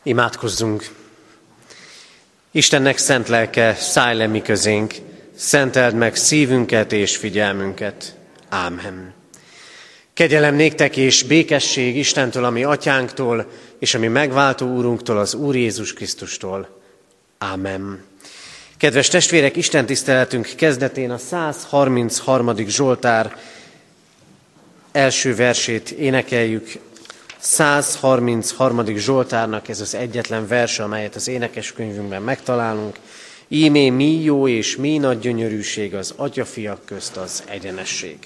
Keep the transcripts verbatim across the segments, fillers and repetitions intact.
Imádkozzunk! Istennek szent lelke, szállj le mi közénk, szenteld meg szívünket és figyelmünket. Ámen. Kegyelem néktek és békesség Istentől, ami atyánktól, és ami megváltó úrunktól, az Úr Jézus Krisztustól. Ámen. Kedves testvérek, Isten tiszteletünk kezdetén a száz harmincharmadik Zsoltár első versét énekeljük. száz harmincharmadik Zsoltárnak ez az egyetlen verse, amelyet az énekeskönyvünkben megtalálunk. Íme mi jó és mi nagy gyönyörűség az atyafiak közt az egyenesség.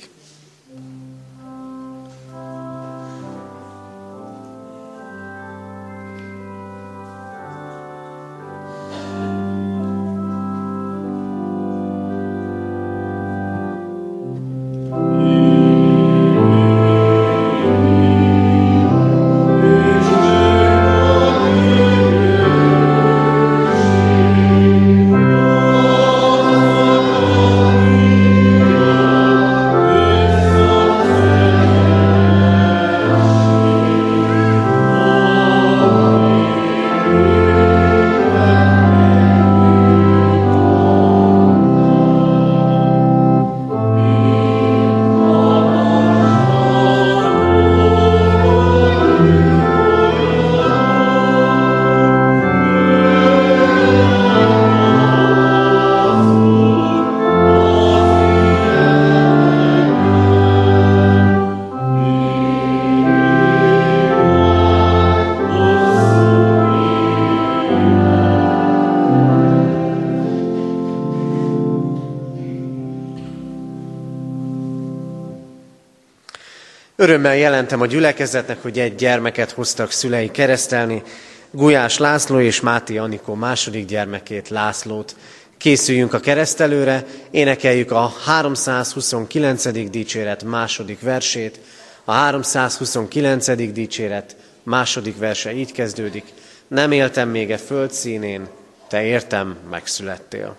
Örömmel jelentem a gyülekezetnek, hogy egy gyermeket hoztak szülei keresztelni, Gulyás László és Máté Anikó második gyermekét, Lászlót. Készüljünk a keresztelőre, énekeljük a háromszázhuszonkilencedik dicséret második versét. A háromszázhuszonkilencedik dicséret második verse így kezdődik. Nem éltem még e föld színén, te értem megszülettél.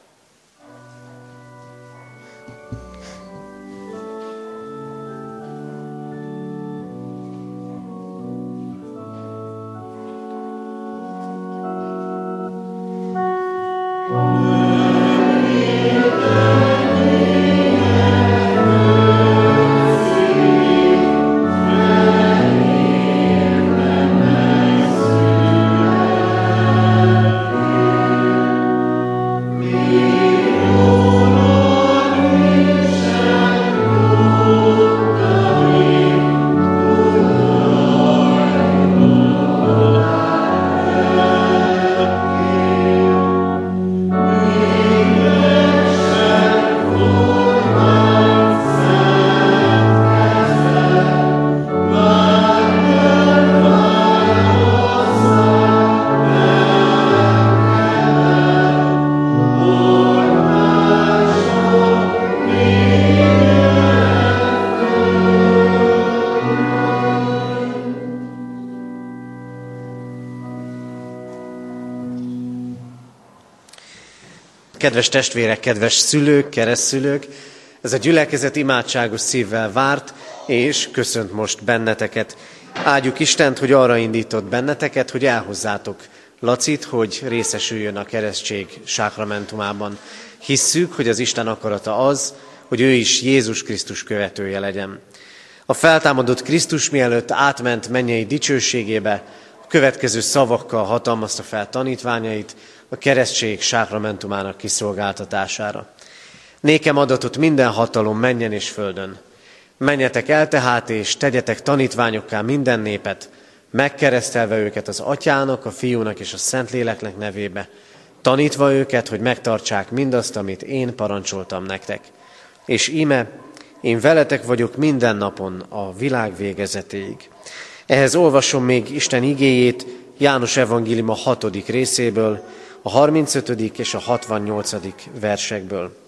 Kedves testvérek, kedves szülők, keresztszülők, ez a gyülekezet imádságos szívvel várt, és köszönt most benneteket. Áldjuk Istent, hogy arra indított benneteket, hogy elhozzátok Lacit, hogy részesüljön a keresztség sákramentumában. Hisszük, hogy az Isten akarata az, hogy ő is Jézus Krisztus követője legyen. A feltámadott Krisztus mielőtt átment mennyei dicsőségébe, a következő szavakkal hatalmazta fel tanítványait, a keresztség sákramentumának kiszolgáltatására. Nékem adatot minden hatalom mennyen és földön. Menjetek el tehát, és tegyetek tanítványokká minden népet, megkeresztelve őket az Atyának, a Fiúnak és a Szentléleknek nevébe, tanítva őket, hogy megtartsák mindazt, amit én parancsoltam nektek. És íme, én veletek vagyok minden napon a világ végezetéig. Ehhez olvasom még Isten igéjét János evangéliuma hatodik részéből, a harmincötödik és a hatvannyolcadik versekből.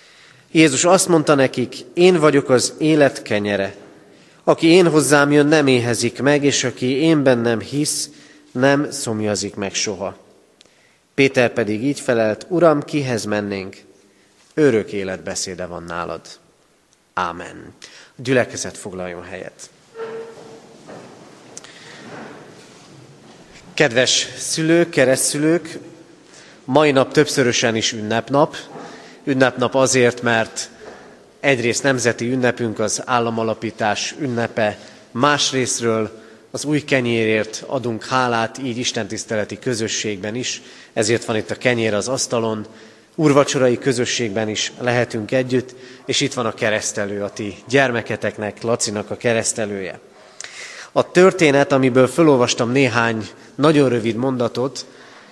Jézus azt mondta nekik, én vagyok az élet kenyere. Aki én hozzám jön, nem éhezik meg, és aki én bennem hisz, nem szomjazik meg soha. Péter pedig így felelt, Uram, kihez mennénk? Örök életbeszéde van nálad. Ámen. A gyülekezet foglaljon helyet. Kedves szülők, keresztszülők, mai nap többszörösen is ünnepnap. Ünnepnap azért, mert egyrészt nemzeti ünnepünk az államalapítás ünnepe, másrésztről az új kenyérért adunk hálát, így istentiszteleti közösségben is, ezért van itt a kenyér az asztalon, úrvacsorai közösségben is lehetünk együtt, és itt van a keresztelő, a ti gyermeketeknek, Lacinak a keresztelője. A történet, amiből felolvastam néhány nagyon rövid mondatot,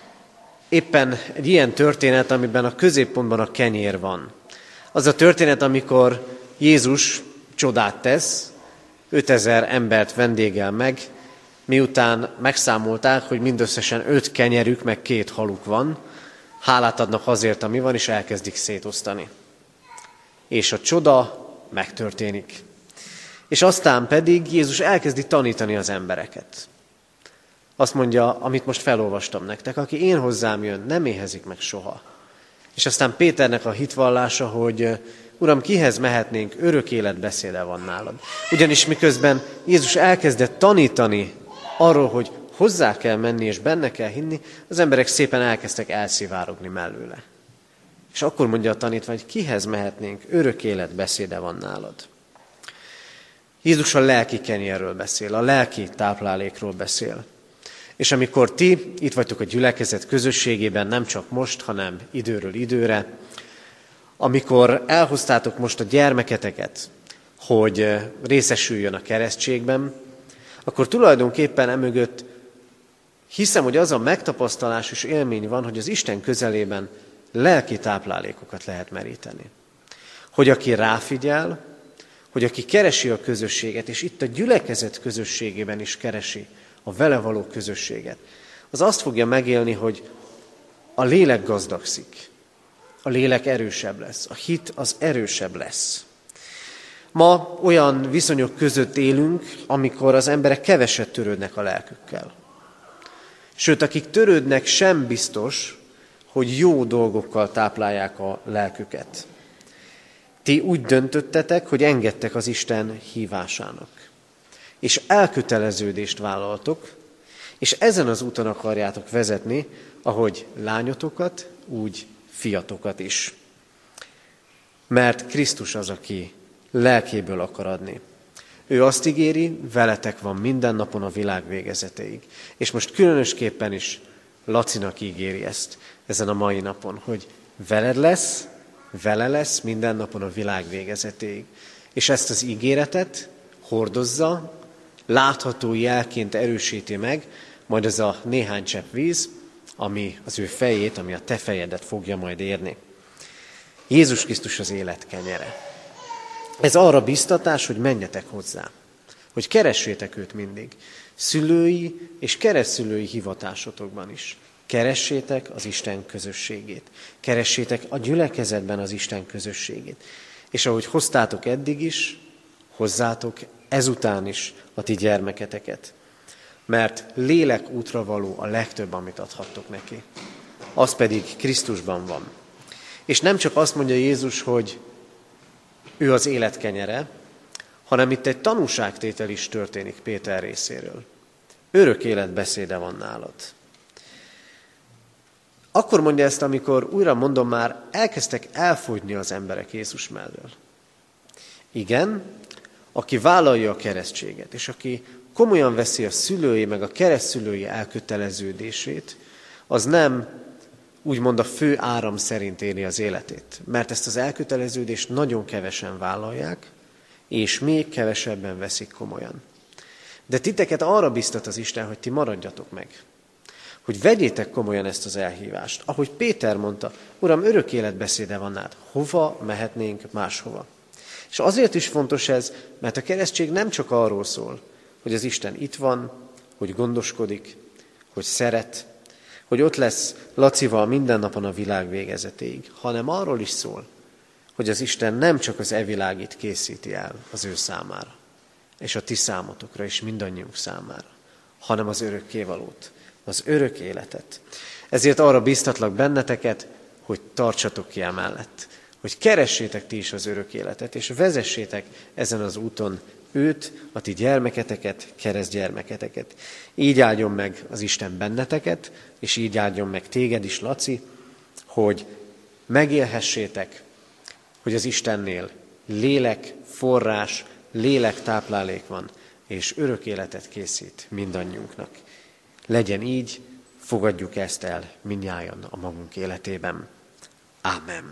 éppen egy ilyen történet, amiben a középpontban a kenyér van. Az a történet, amikor Jézus csodát tesz, ötezer embert vendégel meg, miután megszámolták, hogy mindösszesen öt kenyerük, meg két haluk van, hálát adnak azért, ami van, és elkezdik szétosztani. És a csoda megtörténik. És aztán pedig Jézus elkezdi tanítani az embereket. Azt mondja, amit most felolvastam nektek, aki én hozzám jön, nem éhezik meg soha. És aztán Péternek a hitvallása, hogy Uram, kihez mehetnénk, örök élet beszéde van nálad. Ugyanis miközben Jézus elkezdett tanítani arról, hogy hozzá kell menni és benne kell hinni, az emberek szépen elkezdtek elszivárogni mellőle. És akkor mondja a tanítvány, hogy kihez mehetnénk, örök élet beszéde van nálad. Jézus a lelki kenyérről beszél, a lelki táplálékról beszél. És amikor ti itt vagytok a gyülekezet közösségében, nem csak most, hanem időről időre, amikor elhoztátok most a gyermeketeket, hogy részesüljön a keresztségben, akkor tulajdonképpen emögött hiszem, hogy az a megtapasztalás és élmény van, hogy az Isten közelében lelki táplálékokat lehet meríteni. Hogy aki ráfigyel, hogy aki keresi a közösséget, és itt a gyülekezet közösségében is keresi a vele való közösséget, az azt fogja megélni, hogy a lélek gazdagszik, a lélek erősebb lesz, a hit az erősebb lesz. Ma olyan viszonyok között élünk, amikor az emberek keveset törődnek a lelkükkel. Sőt, akik törődnek, sem biztos, hogy jó dolgokkal táplálják a lelküket. Ti úgy döntöttetek, hogy engedtek az Isten hívásának. És elköteleződést vállaltok, és ezen az úton akarjátok vezetni, ahogy lányotokat, úgy fiatokat is. Mert Krisztus az, aki lelkéből akar adni. Ő azt ígéri, veletek van minden napon a világ végezetéig. És most különösképpen is Lacinak ígéri ezt ezen a mai napon, hogy veled lesz, vele lesz minden napon a világ végezetéig. És ezt az ígéretet hordozza, látható jelként erősíti meg, majd az a néhány csepp víz, ami az ő fejét, ami a te fejedet fogja majd érni. Jézus Krisztus az élet kenyere. Ez arra biztatás, hogy menjetek hozzá, hogy keressétek őt mindig, szülői és keresztszülői hivatásotokban is. Keressétek az Isten közösségét, keressétek a gyülekezetben az Isten közösségét. És ahogy hoztátok eddig is, hozzátok ezután is a ti gyermeketeket. Mert lélek útra való a legtöbb, amit adhattok neki. Az pedig Krisztusban van. És nem csak azt mondja Jézus, hogy ő az élet kenyere, hanem itt egy tanúságtétel is történik Péter részéről. Örök élet beszéde van nálad. Akkor mondja ezt, amikor újra mondom, már elkezdtek elfogyni az emberek Jézus mellől. Igen, aki vállalja a keresztséget, és aki komolyan veszi a szülői, meg a keresztszülői elköteleződését, az nem úgymond a fő áram szerint éli az életét. Mert ezt az elköteleződést nagyon kevesen vállalják, és még kevesebben veszik komolyan. De titeket arra biztat az Isten, hogy ti maradjatok meg. Hogy vegyétek komolyan ezt az elhívást. Ahogy Péter mondta, Uram, örök életbeszéde van nád. Hova mehetnénk máshova? És azért is fontos ez, mert a keresztség nem csak arról szól, hogy az Isten itt van, hogy gondoskodik, hogy szeret, hogy ott lesz Lacival minden napon a világ végezetéig, hanem arról is szól, hogy az Isten nem csak az evilágit készíti el az ő számára, és a ti számotokra, és mindannyiunk számára, hanem az örökkévalót, az örök életet. Ezért arra biztatlak benneteket, hogy tartsatok ki emellett, hogy keressétek ti is az örök életet, és vezessétek ezen az úton őt, a ti gyermeketeket, keresztgyermeketeket. Így áldjon meg az Isten benneteket, és így áldjon meg téged is, Laci, hogy megélhessétek, hogy az Istennél lélek, forrás, lélek táplálék van, és örök életet készít mindannyiunknak. Legyen így, fogadjuk ezt el mindnyájan a magunk életében. Ámen.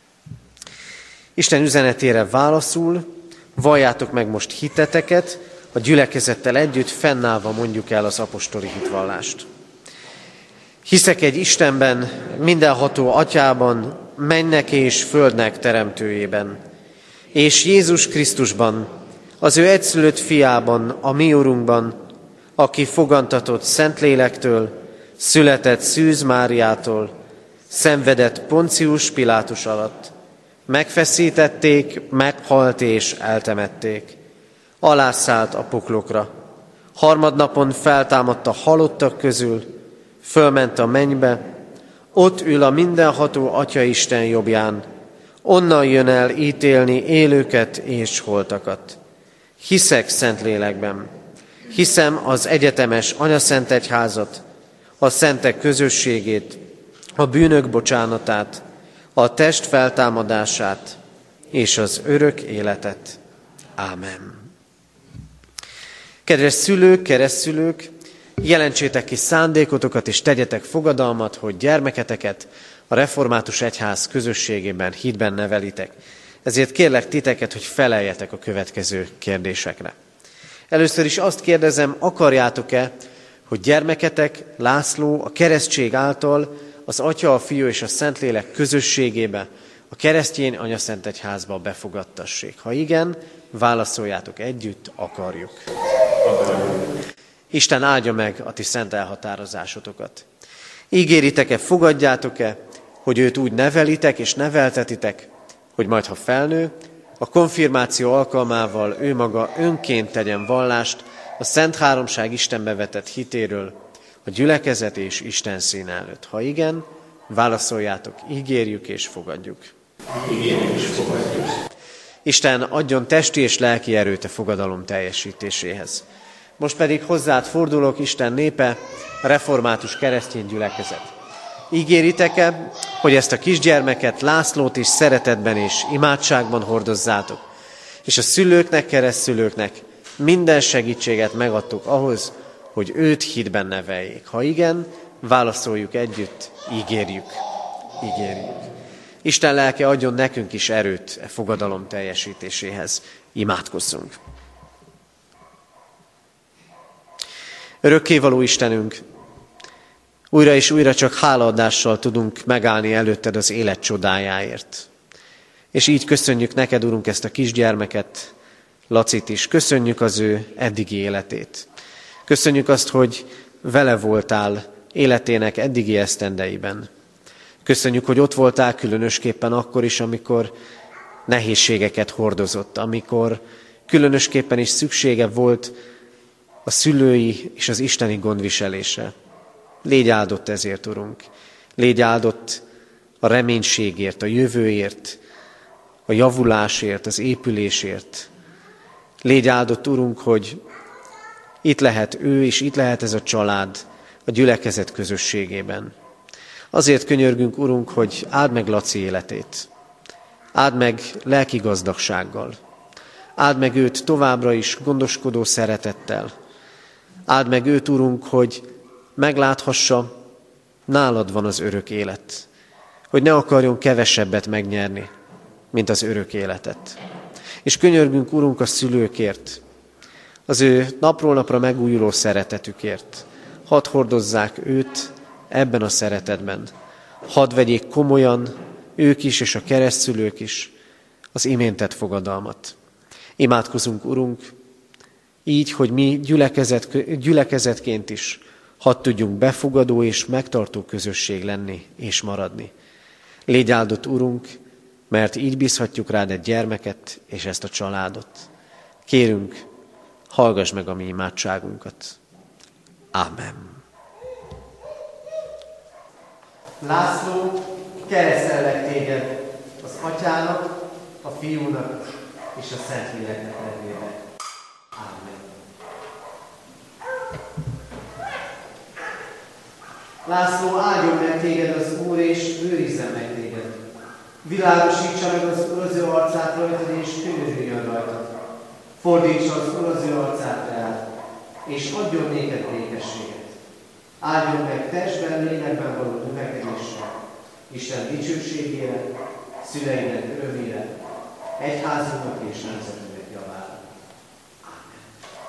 Isten üzenetére válaszul, valljátok meg most hiteteket, a gyülekezettel együtt fennállva mondjuk el az apostoli hitvallást. Hiszek egy Istenben, mindenható Atyában, mennek és földnek teremtőjében, és Jézus Krisztusban, az ő egyszülött fiában, a mi Urunkban, aki fogantatott Szentlélektől, született Szűz Máriától, szenvedett Poncius Pilátus alatt, megfeszítették, meghalt és eltemették, alászállt a poklokra, harmadnapon feltámadt a halottak közül, fölment a mennybe, ott ül a mindenható Atya Isten jobbján, onnan jön el ítélni élőket és holtakat. Hiszek Szentlélekben, hiszem az egyetemes Anyaszent Egyházat, a szentek közösségét, a bűnök bocsánatát, a test feltámadását és az örök életet. Ámen. Kedves szülők, keresztszülők, jelentsétek ki szándékotokat és tegyetek fogadalmat, hogy gyermeketeket a református egyház közösségében, hitben nevelitek. Ezért kérlek titeket, hogy feleljetek a következő kérdésekre. Először is azt kérdezem, akarjátok-e, hogy gyermeketek László a keresztség által az Atya, a Fiú és a Szentlélek közösségébe, a keresztény Anyaszent Egyházba befogadtassék? Ha igen, válaszoljátok együtt, akarjuk. Isten áldja meg a ti szent elhatározásotokat. Ígéritek-e, fogadjátok-e, hogy őt úgy nevelitek és neveltetitek, hogy majd, ha felnő, a konfirmáció alkalmával ő maga önként tegyen vallást a Szent Háromság Istenbe vetett hitéről, a gyülekezet és Isten színe előtt? Ha igen, válaszoljátok, ígérjük és fogadjuk. Ígérjük és fogadjuk. Isten adjon testi és lelki erőt a fogadalom teljesítéséhez. Most pedig hozzád fordulok, Isten népe, a református keresztény gyülekezet. Ígéritek-e, hogy ezt a kisgyermeket, Lászlót is szeretetben és imádságban hordozzátok, és a szülőknek, keresztszülőknek minden segítséget megadtok ahhoz, hogy őt hitben neveljék? Ha igen, válaszoljuk együtt, ígérjük. Ígérjük. Isten lelke adjon nekünk is erőt e fogadalom teljesítéséhez. Imádkozzunk. Örökkévaló Istenünk, újra és újra csak hálaadással tudunk megállni előtted az élet csodájáért. És így köszönjük neked, Urunk, ezt a kisgyermeket, Lacit is. Köszönjük az ő eddigi életét. Köszönjük azt, hogy vele voltál életének eddigi esztendeiben. Köszönjük, hogy ott voltál különösképpen akkor is, amikor nehézségeket hordozott, amikor különösképpen is szüksége volt a szülői és az isteni gondviselésre. Légy áldott ezért, Urunk. Légy áldott a reménységért, a jövőért, a javulásért, az épülésért. Légy áldott, Urunk, hogy itt lehet ő, és itt lehet ez a család a gyülekezet közösségében. Azért könyörgünk, Urunk, hogy áld meg Laci életét. Áld meg lelki gazdagsággal. Áld meg őt továbbra is gondoskodó szeretettel. Áld meg őt, Urunk, hogy megláthassa, nálad van az örök élet. Hogy ne akarjon kevesebbet megnyerni, mint az örök életet. És könyörgünk, Urunk, a szülőkért, az ő napról napra megújuló szeretetükért. Hadd hordozzák őt ebben a szeretetben. Hadd vegyék komolyan ők is és a keresztszülők is az iméntett fogadalmat. Imádkozunk, Urunk, így, hogy mi gyülekezet, gyülekezetként is hadd tudjunk befogadó és megtartó közösség lenni és maradni. Légy áldott, Urunk, mert így bízhatjuk rád egy gyermeket és ezt a családot. Kérünk, hallgass meg a mi imádságunkat. Ámen. László, keresztellek téged az Atyának, a Fiúnak és a Szentléleknek nevében. Ámen. László, áldjon meg téged az Úr, és őrizzen meg téged. Világosítsa meg az Úr az ő arcát rajtad, és könyörüljön rajtad. Fordítsa az Úr az ő arcát rád, és adjon néked békességet. Áldjon meg testben, lélekben való növekedésre, Isten dicsőségére, szüleinek örömére, egyházunknak és nemzetünknek javára. Ámen.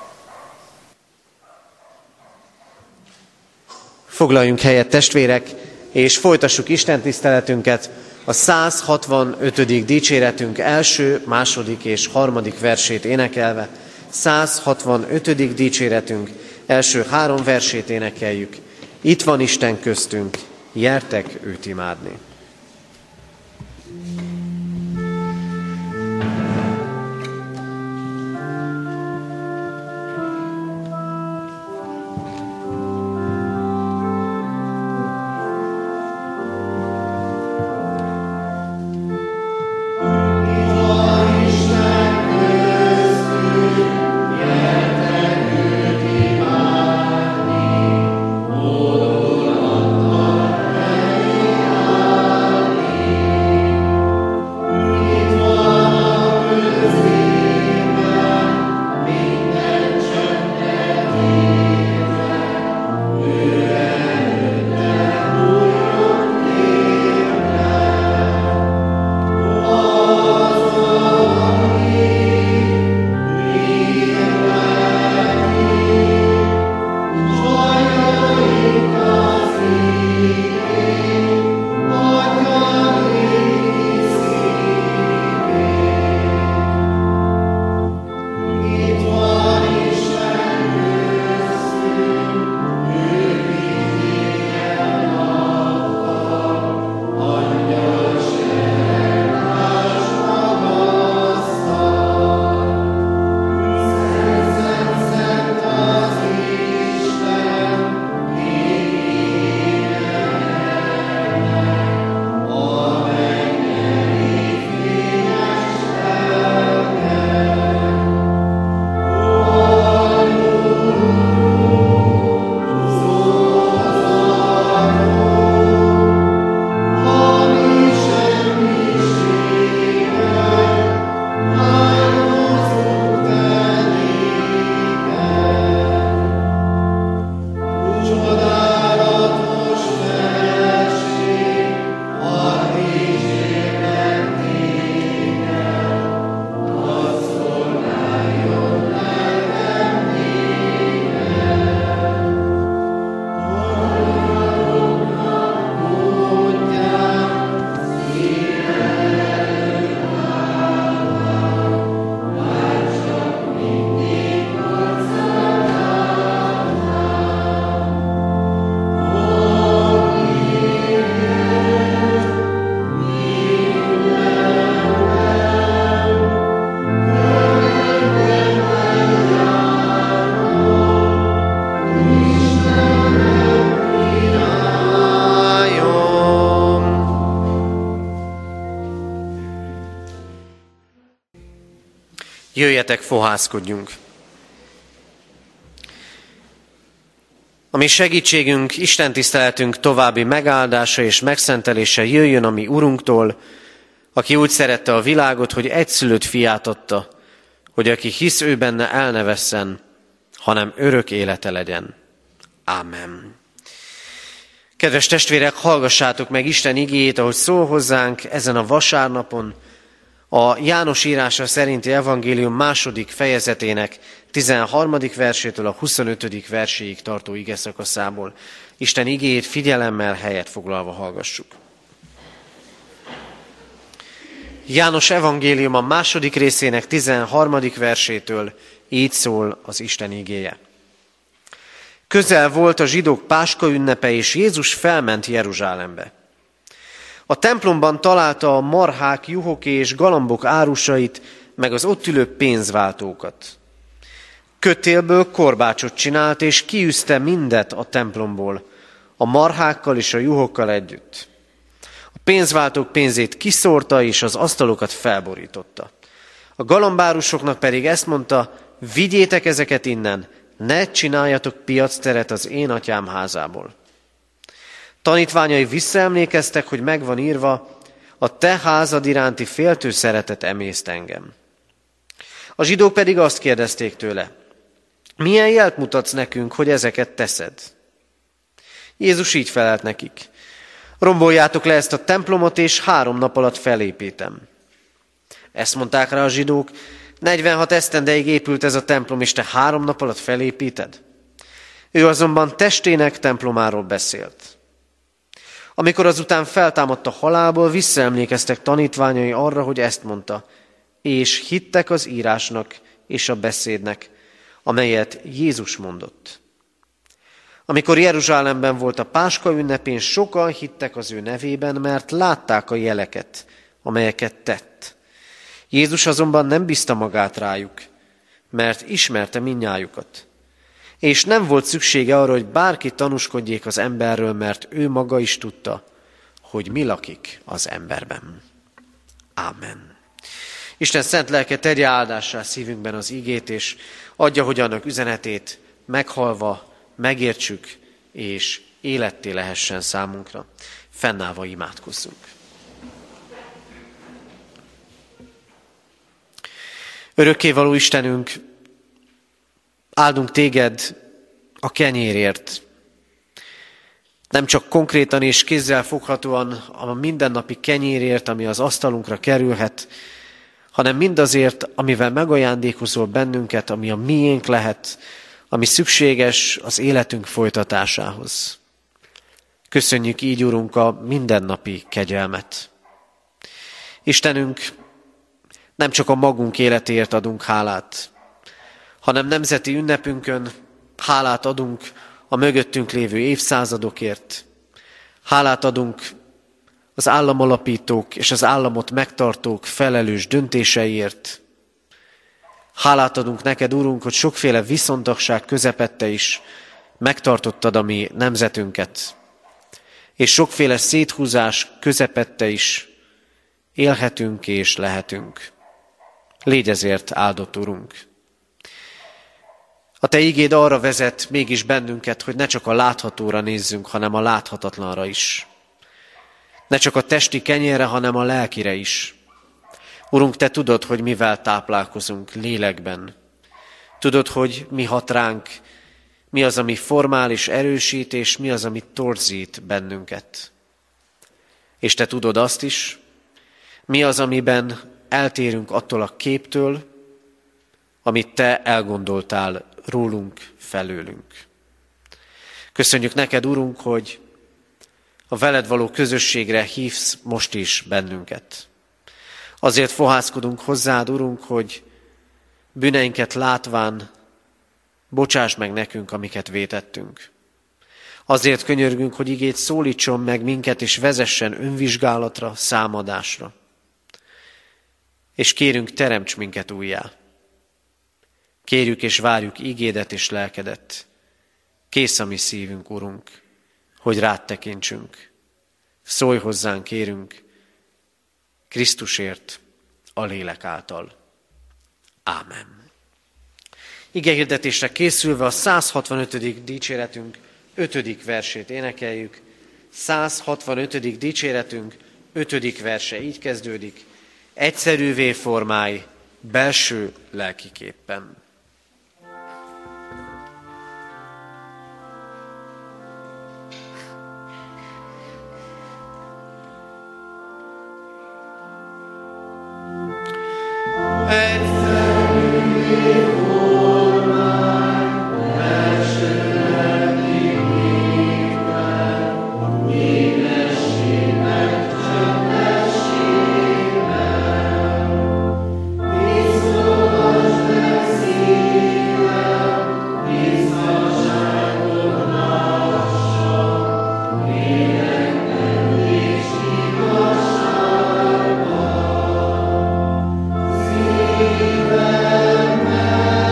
Foglaljunk helyet, testvérek, és folytassuk Isten tiszteletünket a száz hatvanötödik dicséretünk első, második és harmadik versét énekelve. száz hatvanötödik dicséretünk első három versét énekeljük. Itt van Isten köztünk, gyertek őt imádni. Jöjjetek, fohászkodjunk! A mi segítségünk, Isten tiszteletünk további megáldása és megszentelése jöjjön a mi Urunktól, aki úgy szerette a világot, hogy egyszülött fiát adta, hogy aki hisz ő benne, el ne vesszen, hanem örök élete legyen. Ámen. Kedves testvérek, hallgassátok meg Isten igéjét, ahogy szól hozzánk ezen a vasárnapon, a János írása szerinti evangélium második fejezetének tizenharmadik versétől a huszonötödik verséig tartó igeszakaszából. Isten igéjét figyelemmel helyet foglalva hallgassuk. János evangélium a második részének tizenharmadik versétől így szól az Isten igéje. Közel volt a zsidók Páska ünnepe, és Jézus felment Jeruzsálembe. A templomban találta a marhák, juhoké és galambok árusait, meg az ott ülő pénzváltókat. Kötélből korbácsot csinált, és kiűzte mindet a templomból, a marhákkal és a juhokkal együtt. A pénzváltók pénzét kiszórta, és az asztalokat felborította. A galambárusoknak pedig ezt mondta: vigyétek ezeket innen, ne csináljatok piacteret az én atyám házából. Tanítványai visszaemlékeztek, hogy megvan írva: a te házad iránti féltő szeretet emészt engem. A zsidók pedig azt kérdezték tőle: milyen jelt mutatsz nekünk, hogy ezeket teszed? Jézus így felelt nekik: romboljátok le ezt a templomot, és három nap alatt felépítem. Ezt mondták rá a zsidók: negyvenhat esztendeig épült ez a templom, és te három nap alatt felépíted? Ő azonban testének templomáról beszélt. Amikor azután feltámadt a halálból, visszaemlékeztek tanítványai arra, hogy ezt mondta, és hittek az írásnak és a beszédnek, amelyet Jézus mondott. Amikor Jeruzsálemben volt a Páska ünnepén, sokan hittek az ő nevében, mert látták a jeleket, amelyeket tett. Jézus azonban nem bízta magát rájuk, mert ismerte mindnyájukat. És nem volt szüksége arra, hogy bárki tanúskodjék az emberről, mert ő maga is tudta, hogy mi lakik az emberben. Ámen. Isten szent lelke tegye áldássá szívünkben az igét, és adja, hogy annak üzenetét meghallva megértsük, és életté lehessen számunkra. Fennállva imádkozzunk. Örökkévaló Istenünk, áldunk téged a kenyérért. Nem csak konkrétan és kézzel foghatóan a mindennapi kenyérért, ami az asztalunkra kerülhet, hanem mindazért, amivel megajándékozol bennünket, ami a miénk lehet, ami szükséges az életünk folytatásához. Köszönjük így, Urunk, a mindennapi kegyelmet. Istenünk, nem csak a magunk életéért adunk hálát, hanem nemzeti ünnepünkön hálát adunk a mögöttünk lévő évszázadokért. Hálát adunk az államalapítók és az államot megtartók felelős döntéseiért. Hálát adunk neked, Urunk, hogy sokféle viszontagság közepette is megtartottad a mi nemzetünket, és sokféle széthúzás közepette is élhetünk és lehetünk. Légy ezért áldott, Urunk! A te igéd arra vezet mégis bennünket, hogy ne csak a láthatóra nézzünk, hanem a láthatatlanra is. Ne csak a testi kenyérre, hanem a lelkire is. Urunk, te tudod, hogy mivel táplálkozunk lélekben. Tudod, hogy mi hat ránk, mi az, ami formál és erősít, és mi az, ami torzít bennünket. És te tudod azt is, mi az, amiben eltérünk attól a képtől, amit te elgondoltál rólunk, felőlünk. Köszönjük neked, Urunk, hogy a veled való közösségre hívsz most is bennünket. Azért fohászkodunk hozzád, Urunk, hogy bűneinket látván bocsáss meg nekünk, amiket vétettünk. Azért könyörgünk, hogy igéd szólítson meg minket, és vezessen önvizsgálatra, számadásra. És kérünk, teremts minket újjá. Kérjük és várjuk igédet és lelkedet. Kész a mi szívünk, Urunk, hogy rád tekintsünk. Szólj hozzánk, kérünk, Krisztusért, a lélek által. Ámen. Igehirdetésre készülve a száz hatvanötödik dicséretünk ötödik versét énekeljük. száz hatvanötödik dicséretünk ötödik verse így kezdődik. Egyszerűvé formálj belső lelkiképpen. Amen.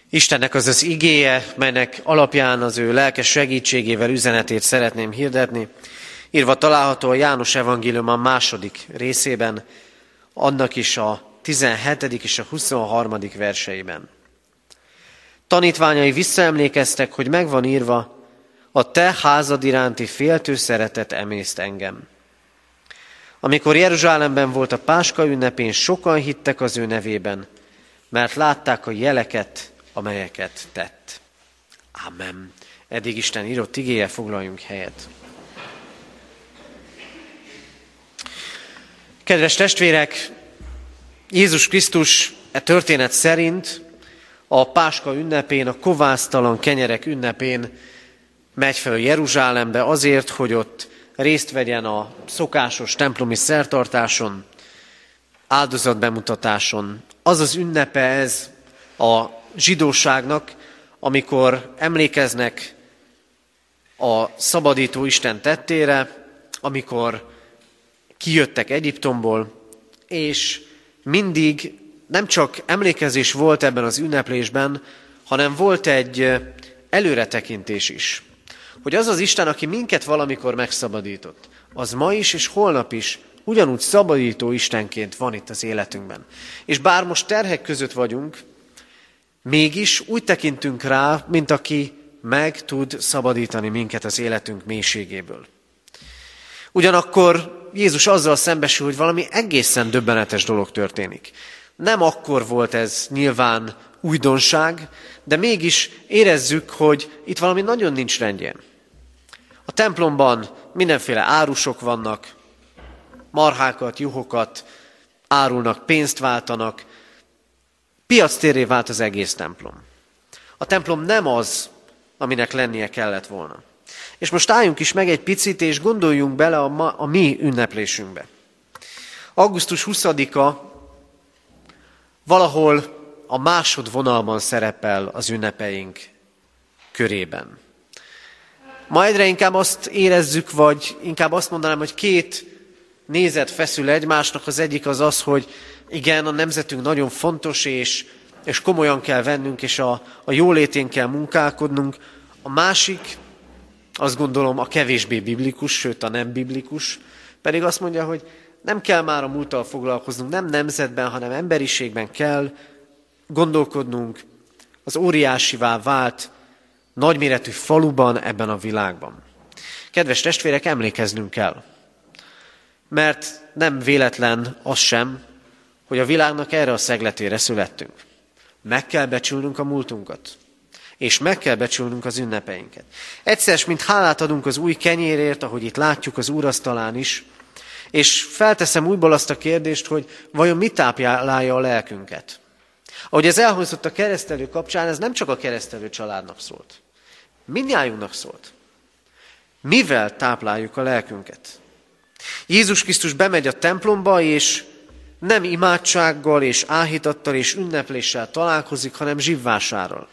Istennek az az igéje, melynek alapján az ő lelkes segítségével üzenetét szeretném hirdetni. Írva található a János evangélium a második részében, annak is a tizenhetedik és a huszonharmadik verseiben. Tanítványai visszaemlékeztek, hogy megvan írva, a te házad iránti féltő szeretet emészt engem. Amikor Jeruzsálemben volt a Páska ünnepén, sokan hittek az ő nevében, mert látták a jeleket, amelyeket tett. Amen. Eddig Isten írott igéje, foglaljunk helyet. Kedves testvérek, Jézus Krisztus e történet szerint a Páska ünnepén, a kovásztalan kenyerek ünnepén megy fel Jeruzsálembe azért, hogy ott részt vegyen a szokásos templomi szertartáson, áldozatbemutatáson. Az az ünnepe ez a zsidóságnak, amikor emlékeznek a szabadító Isten tettére, amikor kijöttek Egyiptomból, és mindig nem csak emlékezés volt ebben az ünneplésben, hanem volt egy előretekintés is. Hogy az az Isten, aki minket valamikor megszabadított, az ma is és holnap is ugyanúgy szabadító Istenként van itt az életünkben. És bár most terhek között vagyunk, mégis úgy tekintünk rá, mint aki meg tud szabadítani minket az életünk mélységéből. Ugyanakkor Jézus azzal szembesül, hogy valami egészen döbbenetes dolog történik. Nem akkor volt ez nyilván újdonság, de mégis érezzük, hogy itt valami nagyon nincs rendjén. A templomban mindenféle árusok vannak, marhákat, juhokat árulnak, pénzt váltanak, piactérré vált az egész templom. A templom nem az, aminek lennie kellett volna. És most álljunk is meg egy picit, és gondoljunk bele a, ma, a mi ünneplésünkbe. augusztus huszadika valahol a másodvonalban szerepel az ünnepeink körében. Ma egyre inkább azt érezzük, vagy inkább azt mondanám, hogy két nézet feszül egymásnak. Az egyik az az, hogy igen, a nemzetünk nagyon fontos, és, és komolyan kell vennünk, és a, a jólétén kell munkálkodnunk. A másik, azt gondolom, a kevésbé biblikus, sőt a nem biblikus, pedig azt mondja, hogy nem kell már a múlttal foglalkoznunk, nem nemzetben, hanem emberiségben kell gondolkodnunk az óriásivá vált nagyméretű faluban, ebben a világban. Kedves testvérek, emlékeznünk kell, mert nem véletlen az sem, hogy a világnak erre a szegletére születtünk. Meg kell becsülnünk a múltunkat, és meg kell becsülnünk az ünnepeinket. Egyszer, mint hálát adunk az új kenyérért, ahogy itt látjuk az úrasztalán is, és felteszem újból azt a kérdést, hogy vajon mit táplálja a lelkünket. Ahogy ez elhangzott a keresztelő kapcsán, ez nem csak a keresztelő családnak szólt. Mindnyájunknak szólt. Mivel tápláljuk a lelkünket? Jézus Krisztus bemegy a templomba, és nem imádsággal és áhítattal és ünnepléssel találkozik, hanem zsibvásáról.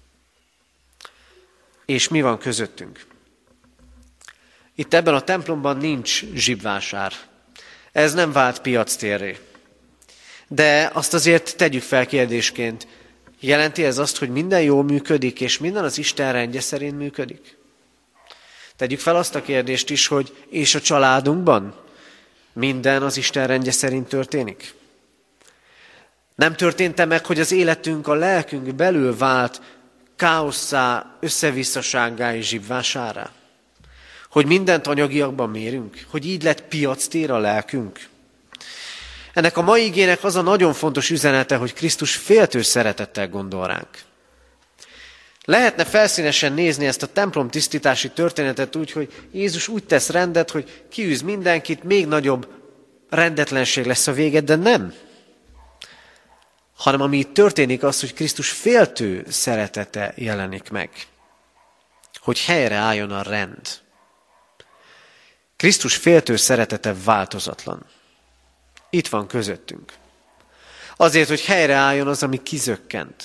És mi van közöttünk? Itt ebben a templomban nincs zsibvásár. Ez nem vált piactérré. De azt azért tegyük fel kérdésként, jelenti ez azt, hogy minden jól működik, és minden az Isten rendje szerint működik? Tegyük fel azt a kérdést is, hogy és a családunkban minden az Isten rendje szerint történik? Nem történt-e meg, hogy az életünk, a lelkünk belül vált káosszá, összevisszasággá és zsibvásárá? Hogy mindent anyagiakban mérünk? Hogy így lett piactér a lelkünk? Ennek a mai igének az a nagyon fontos üzenete, hogy Krisztus féltő szeretettel gondol ránk. Lehetne felszínesen nézni ezt a templom tisztítási történetet úgy, hogy Jézus úgy tesz rendet, hogy kiűz mindenkit, még nagyobb rendetlenség lesz a vége, de nem. Hanem ami itt történik az, hogy Krisztus féltő szeretete jelenik meg. Hogy helyre álljon a rend. Krisztus féltő szeretete változatlan. Itt van közöttünk. Azért, hogy helyre álljon az, ami kizökkent.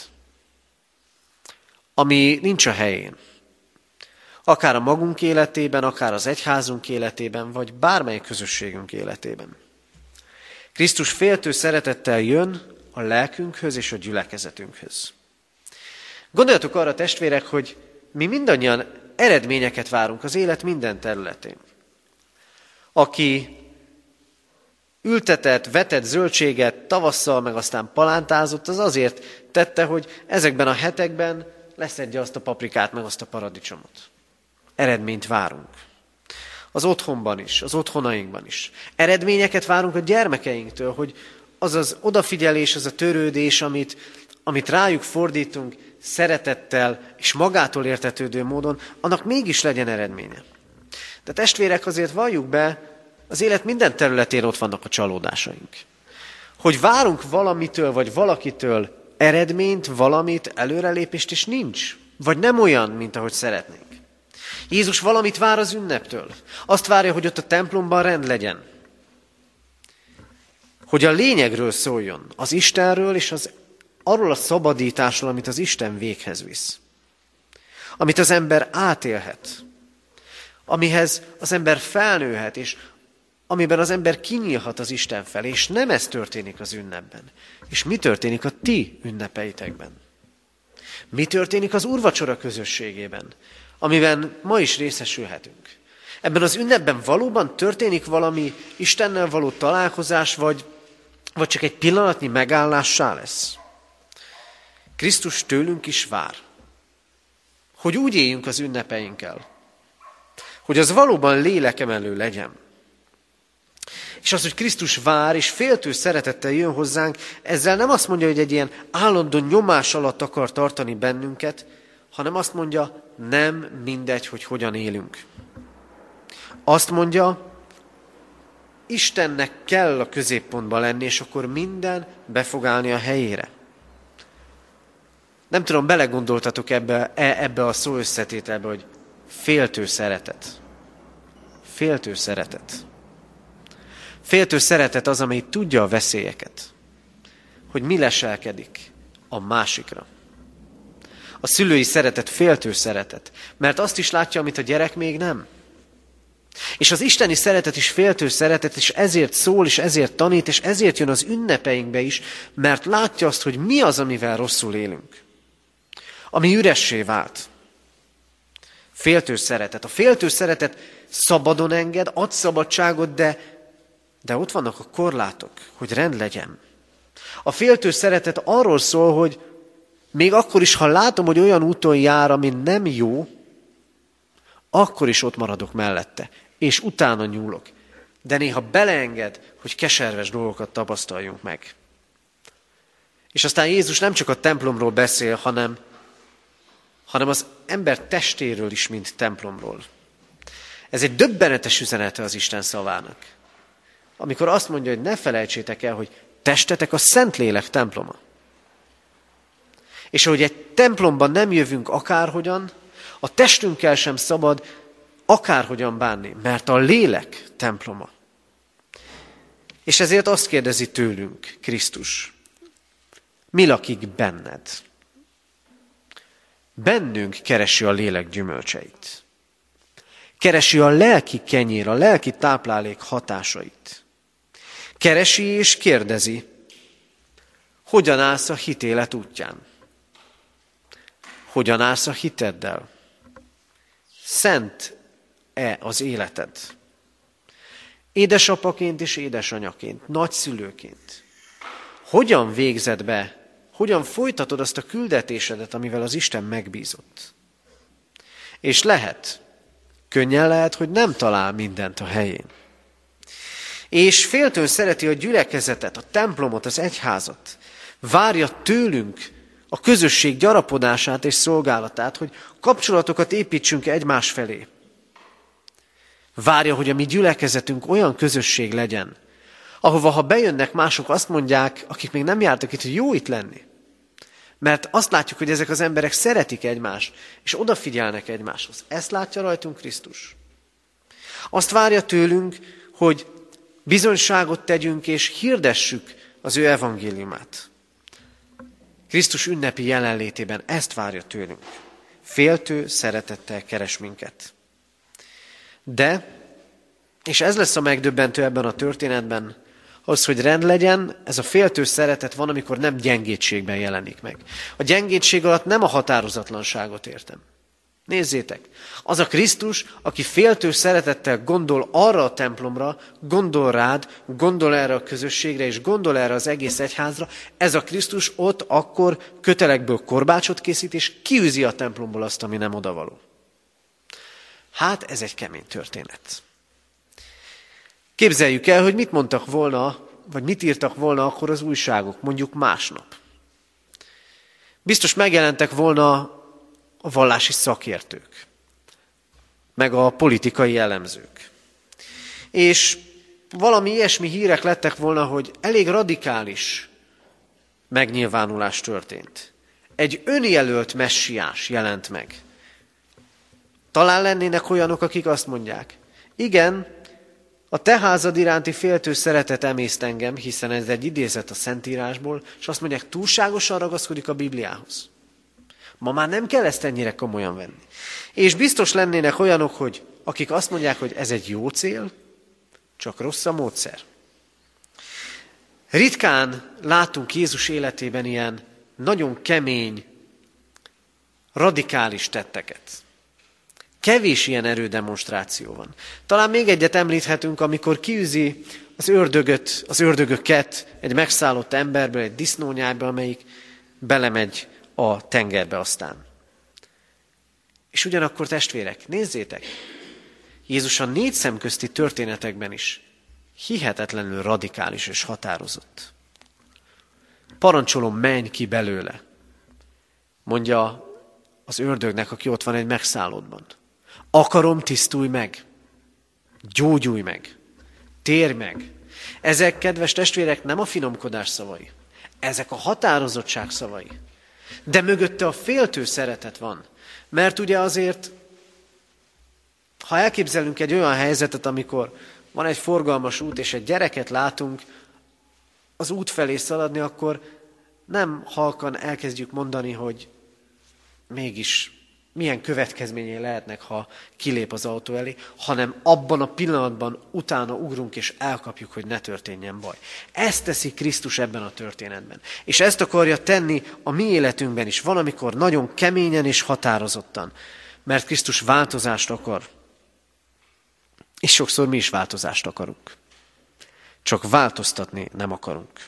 Ami nincs a helyén. Akár a magunk életében, akár az egyházunk életében, vagy bármely közösségünk életében. Krisztus féltő szeretettel jön a lelkünkhöz és a gyülekezetünkhöz. Gondoljatok arra, testvérek, hogy mi mindannyian eredményeket várunk az élet minden területén. Aki ültetett, vetett zöldséget tavasszal, meg aztán palántázott, az azért tette, hogy ezekben a hetekben leszedje azt a paprikát, meg azt a paradicsomot. Eredményt várunk. Az otthonban is, az otthonainkban is. Eredményeket várunk a gyermekeinktől, hogy az az odafigyelés, az a törődés, amit, amit rájuk fordítunk szeretettel és magától értetődő módon, annak mégis legyen eredménye. De testvérek, azért valljuk be, az élet minden területén ott vannak a csalódásaink. Hogy várunk valamitől, vagy valakitől eredményt, valamit, előrelépést, és nincs. Vagy nem olyan, mint ahogy szeretnénk. Jézus valamit vár az ünneptől. Azt várja, hogy ott a templomban rend legyen. Hogy a lényegről szóljon, az Istenről, és az, arról a szabadításról, amit az Isten véghez visz. Amit az ember átélhet. Amihez az ember felnőhet, és amiben az ember kinyílhat az Isten felé, és nem ez történik az ünnepben. És mi történik a ti ünnepeitekben? Mi történik az úrvacsora közösségében, amiben ma is részesülhetünk? Ebben az ünnepben valóban történik valami Istennel való találkozás, vagy, vagy csak egy pillanatnyi megállássá lesz? Krisztus tőlünk is vár, hogy úgy éljünk az ünnepeinkkel, hogy az valóban lélekemelő legyen. És az, hogy Krisztus vár és féltő szeretettel jön hozzánk, ezzel nem azt mondja, hogy egy ilyen állandó nyomás alatt akar tartani bennünket, hanem azt mondja, nem mindegy, hogy hogyan élünk. Azt mondja, Istennek kell a középpontban lenni, és akkor minden be fog állni a helyére. Nem tudom, belegondoltatok ebbe, ebbe a szó összetételbe, hogy féltő szeretet. Féltő szeretet. Féltő szeretet az, amely tudja a veszélyeket, hogy mi leselkedik a másikra. A szülői szeretet féltő szeretet, mert azt is látja, amit a gyerek még nem. És az isteni szeretet is féltő szeretet, és ezért szól, és ezért tanít, és ezért jön az ünnepeinkbe is, mert látja azt, hogy mi az, amivel rosszul élünk. Ami üressé vált. Féltő szeretet. A féltő szeretet szabadon enged, ad szabadságot, de De ott vannak a korlátok, hogy rend legyen. A féltő szeretet arról szól, hogy még akkor is, ha látom, hogy olyan úton jár, ami nem jó, akkor is ott maradok mellette, és utána nyúlok. De néha beleenged, hogy keserves dolgokat tapasztaljunk meg. És aztán Jézus nem csak a templomról beszél, hanem, hanem az ember testéről is, mint templomról. Ez egy döbbenetes üzenete az Isten szavának. Amikor azt mondja, hogy ne felejtsétek el, hogy testetek a Szentlélek temploma. És ahogy egy templomban nem jövünk akárhogyan, a testünkkel sem szabad akárhogyan bánni, mert a lélek temploma. És ezért azt kérdezi tőlünk Krisztus, mi lakik benned? Bennünk keresi a lélek gyümölcseit. Keresi a lelki kenyér, a lelki táplálék hatásait. Keresi és kérdezi, hogyan állsz a hitélet útján? Hogyan állsz a hiteddel? Szent-e az életed? Édesapaként és édesanyaként, nagyszülőként. Hogyan végzed be, hogyan folytatod azt a küldetésedet, amivel az Isten megbízott? És lehet, könnyen lehet, hogy nem talál mindent a helyén. És féltőn szereti a gyülekezetet, a templomot, az egyházat. Várja tőlünk a közösség gyarapodását és szolgálatát, hogy kapcsolatokat építsünk egymás felé. Várja, hogy a mi gyülekezetünk olyan közösség legyen, ahova ha bejönnek mások, azt mondják, akik még nem jártak itt, hogy jó itt lenni. Mert azt látjuk, hogy ezek az emberek szeretik egymást, és odafigyelnek egymáshoz. Ezt látja rajtunk Krisztus. Azt várja tőlünk, hogy bizonyságot tegyünk, és hirdessük az ő evangéliumát. Krisztus ünnepi jelenlétében ezt várja tőlünk. Féltő szeretettel keres minket. De, és ez lesz a megdöbbentő ebben a történetben, Ahhoz, hogy rend legyen, ez a féltő szeretet van, amikor nem gyengétségben jelenik meg. A gyengétség alatt nem a határozatlanságot értem. Nézzétek, az a Krisztus, aki féltő szeretettel gondol arra a templomra, gondol rád, gondol erre a közösségre, és gondol erre az egész egyházra, ez a Krisztus ott akkor kötelekből korbácsot készít, és kiűzi a templomból azt, ami nem odavaló. Hát ez egy kemény történet. Képzeljük el, hogy mit mondtak volna, vagy mit írtak volna akkor az újságok, mondjuk másnap. Biztos megjelentek volna a vallási szakértők, meg a politikai elemzők. És valami ilyesmi hírek lettek volna, hogy elég radikális megnyilvánulás történt. Egy önjelölt messiás jelent meg. Talán lennének olyanok, akik azt mondják, igen, a te házad iránti féltő szeretet emészt engem, hiszen ez egy idézet a Szentírásból, és azt mondják, túlságosan ragaszkodik a Bibliához. Ma már nem kell ezt ennyire komolyan venni. És biztos lennének olyanok, hogy akik azt mondják, hogy ez egy jó cél, csak rossz a módszer. Ritkán látunk Jézus életében ilyen nagyon kemény, radikális tetteket. Kevés ilyen erődemonstráció van. Talán még egyet említhetünk, amikor kiűzi az ördögöt, az ördögöket egy megszállott emberből, egy disznónyájba, amelyik belemegy a tengerbe aztán. És ugyanakkor testvérek, nézzétek, Jézus a négy szemközti történetekben is hihetetlenül radikális és határozott. Parancsolom, menj ki belőle, mondja az ördögnek, aki ott van egy megszállódban. Akarom, tisztulj meg, gyógyulj meg, térj meg. Ezek, kedves testvérek, nem a finomkodás szavai, ezek a határozottság szavai. De mögötte a féltő szeretet van. Mert ugye azért, ha elképzelünk egy olyan helyzetet, amikor van egy forgalmas út, és egy gyereket látunk az út felé szaladni, akkor nem halkan elkezdjük mondani, hogy mégis milyen következményei lehetnek, ha kilép az autó elé, hanem abban a pillanatban utána ugrunk és elkapjuk, hogy ne történjen baj. Ezt teszi Krisztus ebben a történetben. És ezt akarja tenni a mi életünkben is, valamikor nagyon keményen és határozottan, mert Krisztus változást akar. És sokszor mi is változást akarunk. Csak változtatni nem akarunk.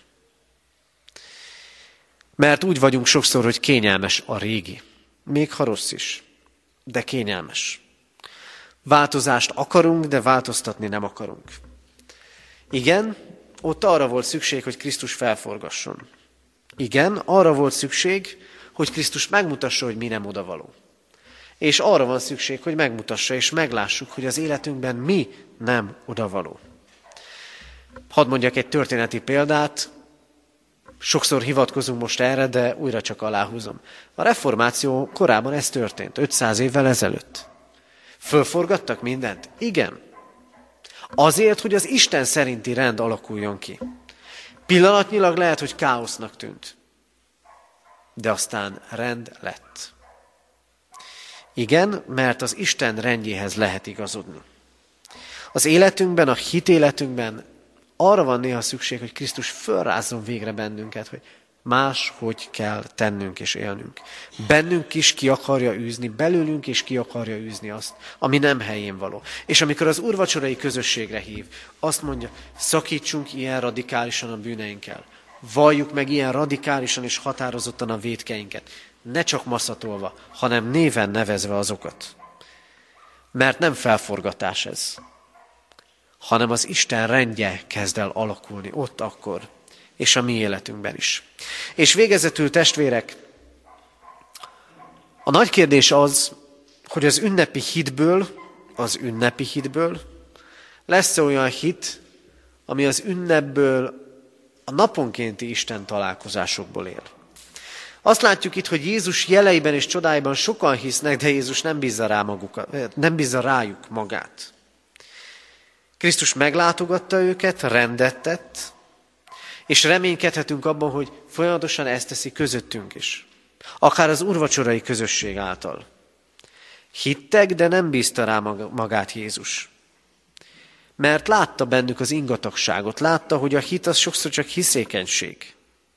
Mert úgy vagyunk sokszor, hogy kényelmes a régi. Még ha rossz is, de kényelmes. Változást akarunk, de változtatni nem akarunk. Igen, ott arra volt szükség, hogy Krisztus felforgasson. Igen, arra volt szükség, hogy Krisztus megmutassa, hogy mi nem odavaló. És arra van szükség, hogy megmutassa és meglássuk, hogy az életünkben mi nem odavaló. Hadd mondjak egy történeti példát, sokszor hivatkozunk most erre, de újra csak aláhúzom. A reformáció korában ez történt, ötszáz évvel ezelőtt. Fölforgattak mindent? Igen. Azért, hogy az Isten szerinti rend alakuljon ki. Pillanatnyilag lehet, hogy káosznak tűnt. De aztán rend lett. Igen, mert az Isten rendjéhez lehet igazodni. Az életünkben, a hitéletünkben arra van néha szükség, hogy Krisztus fölrázzon végre bennünket, hogy máshogy kell tennünk és élnünk. Bennünk is ki akarja űzni, belőlünk is ki akarja űzni azt, ami nem helyén való. És amikor az úrvacsorai közösségre hív, azt mondja, szakítsunk ilyen radikálisan a bűneinkkel. Valljuk meg ilyen radikálisan és határozottan a vétkeinket. Ne csak maszatolva, hanem néven nevezve azokat. Mert nem felforgatás ez, hanem az Isten rendje kezd el alakulni ott akkor, és a mi életünkben is. És végezetül, testvérek, a nagy kérdés az, hogy az ünnepi hitből, az ünnepi hitből lesz olyan hit, ami az ünnepből, a naponkénti Isten találkozásokból él. Azt látjuk itt, hogy Jézus jeleiben és csodáiban sokan hisznek, de Jézus nem bízza, rá magukat, nem bízza rájuk magát. Krisztus meglátogatta őket, rendet tett, és reménykedhetünk abban, hogy folyamatosan ezt teszi közöttünk is. Akár az úrvacsorai közösség által. Hittek, de nem bízta rá magát Jézus. Mert látta bennük az ingatagságot, látta, hogy a hit az sokszor csak hiszékenység.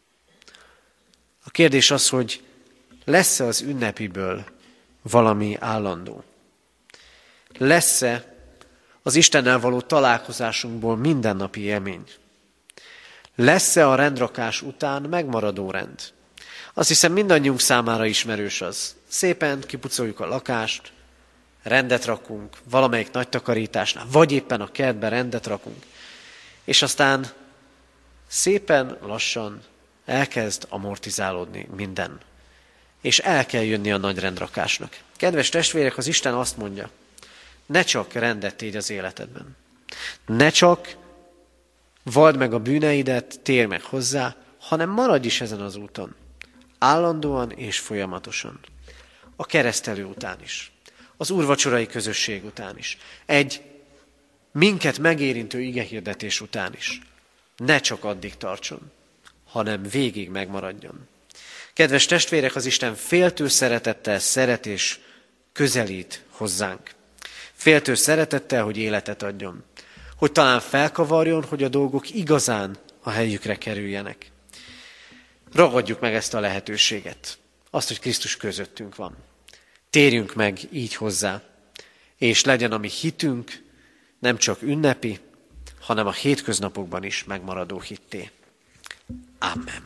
A kérdés az, hogy lesz-e az ünnepiből valami állandó? Lesz-e az Istennel való találkozásunkból mindennapi élmény? Lesz-e a rendrakás után megmaradó rend? Azt hiszem, mindannyiunk számára ismerős az. Szépen kipucoljuk a lakást, rendet rakunk, valamelyik nagy takarításnál, vagy éppen a kertben rendet rakunk, és aztán szépen lassan elkezd amortizálódni minden. És el kell jönni a nagy rendrakásnak. Kedves testvérek, az Isten azt mondja, ne csak rendet tégy az életedben. Ne csak vald meg a bűneidet, térj meg hozzá, hanem maradj is ezen az úton. Állandóan és folyamatosan. A keresztelő után is. Az úrvacsorai közösség után is. Egy minket megérintő igehirdetés után is. Ne csak addig tartson, hanem végig megmaradjon. Kedves testvérek, az Isten féltő szeretettel szeret és közelít hozzánk. Féltő szeretettel, hogy életet adjon. Hogy talán felkavarjon, hogy a dolgok igazán a helyükre kerüljenek. Ragadjuk meg ezt a lehetőséget. Azt, hogy Krisztus közöttünk van. Térjünk meg így hozzá, és legyen a mi hitünk nem csak ünnepi, hanem a hétköznapokban is megmaradó hitté. Amen.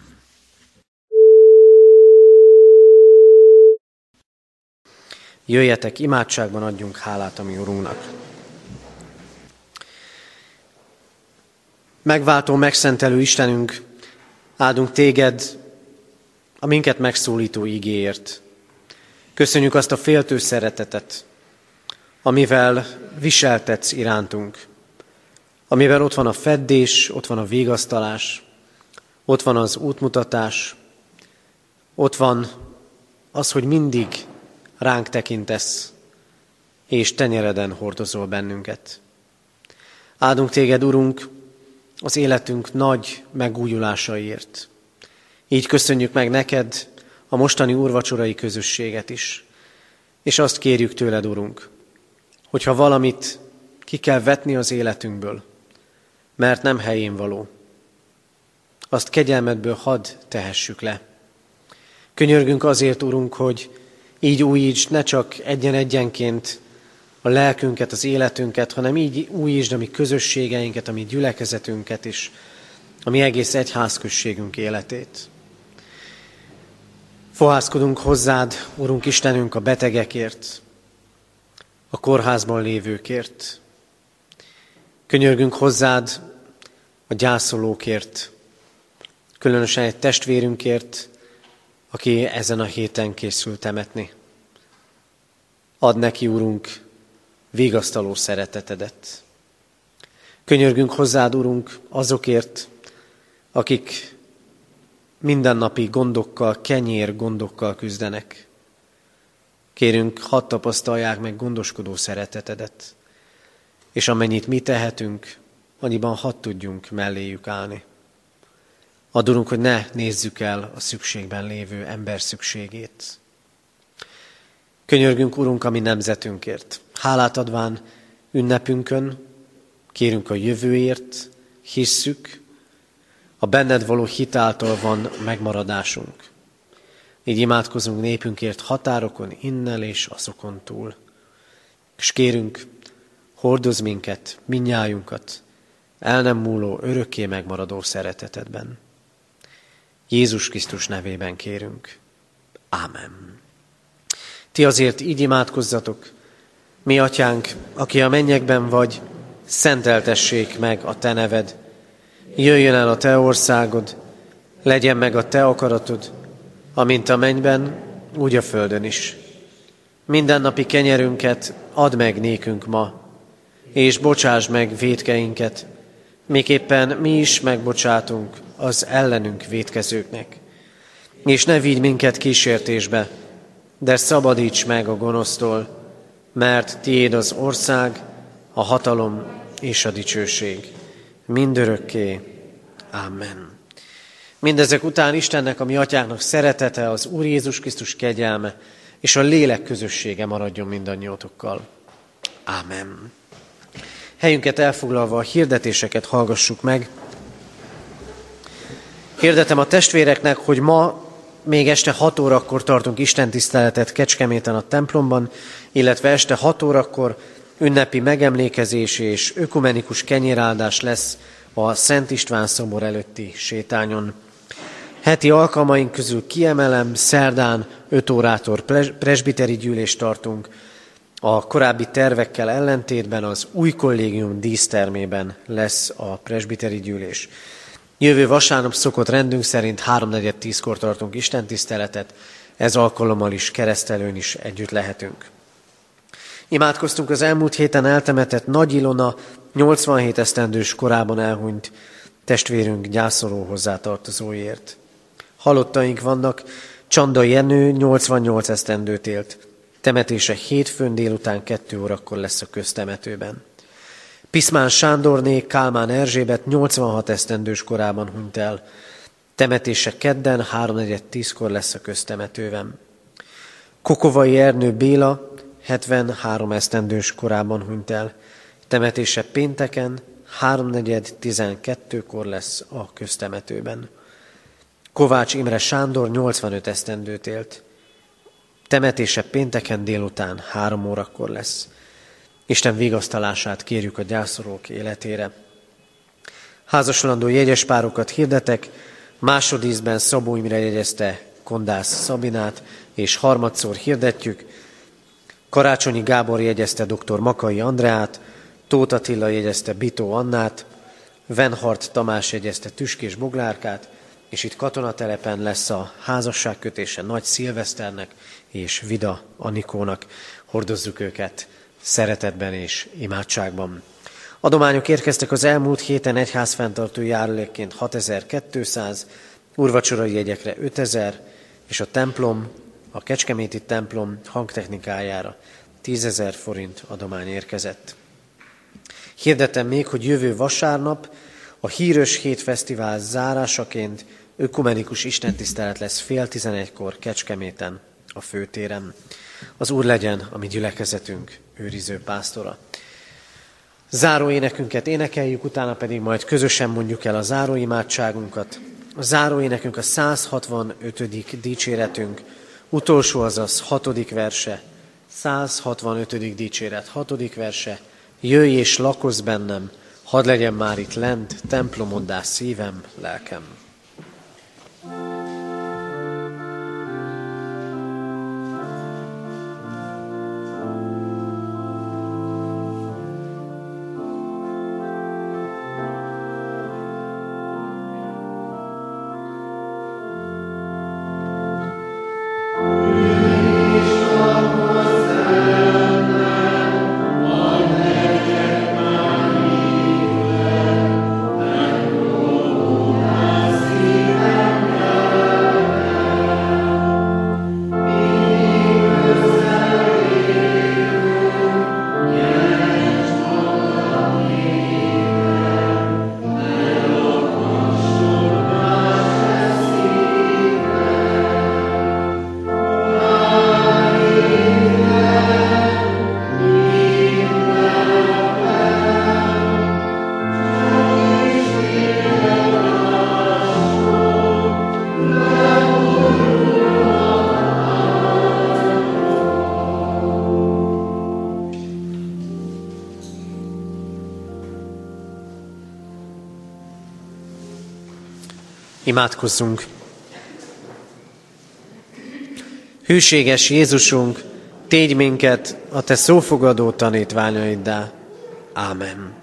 Jöjjetek, imádságban adjunk hálát a mi Urunknak. Megváltó, megszentelő Istenünk, áldunk téged a minket megszólító igéért. Köszönjük azt a féltő szeretetet, amivel viseltetsz irántunk, amivel ott van a feddés, ott van a vigasztalás, ott van az útmutatás, ott van az, hogy mindig ránk tekintesz, és tenyereden hordozol bennünket. Áldunk téged, Urunk, az életünk nagy megújulásaiért. Így köszönjük meg neked a mostani úrvacsorai közösséget is. És azt kérjük tőled, Urunk, hogyha valamit ki kell vetni az életünkből, mert nem helyén való, azt kegyelmedből hadd tehessük le. Könyörgünk azért, Urunk, hogy így újítsd ne csak egyen-egyenként a lelkünket, az életünket, hanem így újítsd a mi közösségeinket, a mi gyülekezetünket is, a mi egész egyházközségünk életét. Fohászkodunk hozzád, Urunk Istenünk, a betegekért, a kórházban lévőkért. Könyörgünk hozzád a gyászolókért, különösen egy testvérünkért, aki ezen a héten készül temetni. Add neki, Urunk, vigasztaló szeretetedet. Könyörgünk hozzád, Urunk, azokért, akik mindennapi gondokkal, kenyér gondokkal küzdenek. Kérünk, hadd tapasztalják meg gondoskodó szeretetedet, és amennyit mi tehetünk, annyiban hadd tudjunk melléjük állni. Add, Urunk, hogy ne nézzük el a szükségben lévő ember szükségét. Könyörgünk, Urunk, a mi nemzetünkért. Hálát adván ünnepünkön, kérünk a jövőért, hisszük, a benned való hit által van megmaradásunk. Így imádkozunk népünkért határokon, innen és azokon túl. És kérünk, hordozz minket, mindnyájunkat, el nem múló, örökké megmaradó szeretetedben. Jézus Krisztus nevében kérünk. Ámen. Ti azért így imádkozzatok, mi atyánk, aki a mennyekben vagy, szenteltessék meg a te neved. Jöjjön el a te országod, legyen meg a te akaratod, amint a mennyben, úgy a földön is. Mindennapi kenyerünket add meg nékünk ma, és bocsáss meg vétkeinket, miképpen mi is megbocsátunk az ellenünk vétkezőknek. És ne vigy minket kísértésbe, de szabadíts meg a gonosztól, mert tiéd az ország, a hatalom és a dicsőség. Mindörökké. Amen. Mindezek után Istennek, a mi atyánknak szeretete, az Úr Jézus Krisztus kegyelme és a lélek közössége maradjon mindannyiótokkal. Amen. Helyünket elfoglalva a hirdetéseket hallgassuk meg. Hirdetem a testvéreknek, hogy ma még este hat órakor tartunk istentiszteletet Kecskeméten a templomban, illetve este hat órakor ünnepi megemlékezés és ökumenikus kenyéráldás lesz a Szent István szobor előtti sétányon. Heti alkalmaink közül kiemelem, szerdán öt órától presbiteri gyűlést tartunk. A korábbi tervekkel ellentétben az új kollégium dísztermében lesz a presbiteri gyűlés. Jövő vasárnap szokott rendünk szerint háromnegyed tízkor tartunk istentiszteletet, ez alkalommal is keresztelőn is együtt lehetünk. Imádkoztunk az elmúlt héten eltemetett Nagy Ilona nyolcvanhét esztendős korában elhunyt testvérünk gyászoló hozzátartozóért. Halottaink vannak, Csanda Jenő nyolcvannyolc esztendőt élt, temetése hétfőn délután kettő órakor lesz a köztemetőben. Piszmán Sándorné Kálmán Erzsébet nyolcvanhat esztendős korában hunyt el, temetése kedden háromnegyed tízkor lesz a köztemetőben. Kokovai Ernő Béla hetvenhárom esztendős korában hunyt el, temetése pénteken háromnegyed tizenkettőkor lesz a köztemetőben. Kovács Imre Sándor nyolcvanöt esztendőt élt, temetése pénteken délután három órakor lesz. Isten vigasztalását kérjük a gyászolók életére. Házasulandó jegyespárokat hirdetek, másodízben Szabó Imre jegyezte Kondász Szabinát, és harmadszor hirdetjük, Karácsonyi Gábor jegyezte dr. Makai Andreát, Tóth Attila jegyezte Bitó Annát, Venhart Tamás jegyezte Tüskés Boglárkát, és itt katonatelepen lesz a házasságkötése Nagy Szilveszternek és Vida Anikónak. Hordozzuk őket szeretetben és imádságban. Adományok érkeztek az elmúlt héten egyházfenntartó járulékként hatezer-kétszáz, úrvacsorai jegyekre ötezer, és a templom, a kecskeméti templom hangtechnikájára tízezer forint adomány érkezett. Hirdetem még, hogy jövő vasárnap a Hírös Hét Fesztivál zárásaként ökumenikus istentisztelet lesz fél tizenegykor Kecskeméten a főtéren. Az Úr legyen a mi gyülekezetünk őriző pásztora. Záróénekünket énekeljük, utána pedig majd közösen mondjuk el a záróimádságunkat. A záróénekünk a száz hatvanötödik dicséretünk, utolsó, azaz hatodik verse, száz hatvanötödik dicséret, hatodik verse, jöjj és lakozz bennem, hadd legyen már itt lent, templomoddá szívem, lelkem. Imádkozzunk! Hűséges Jézusunk, tégy minket a Te szófogadó tanítványaiddá. Ámen.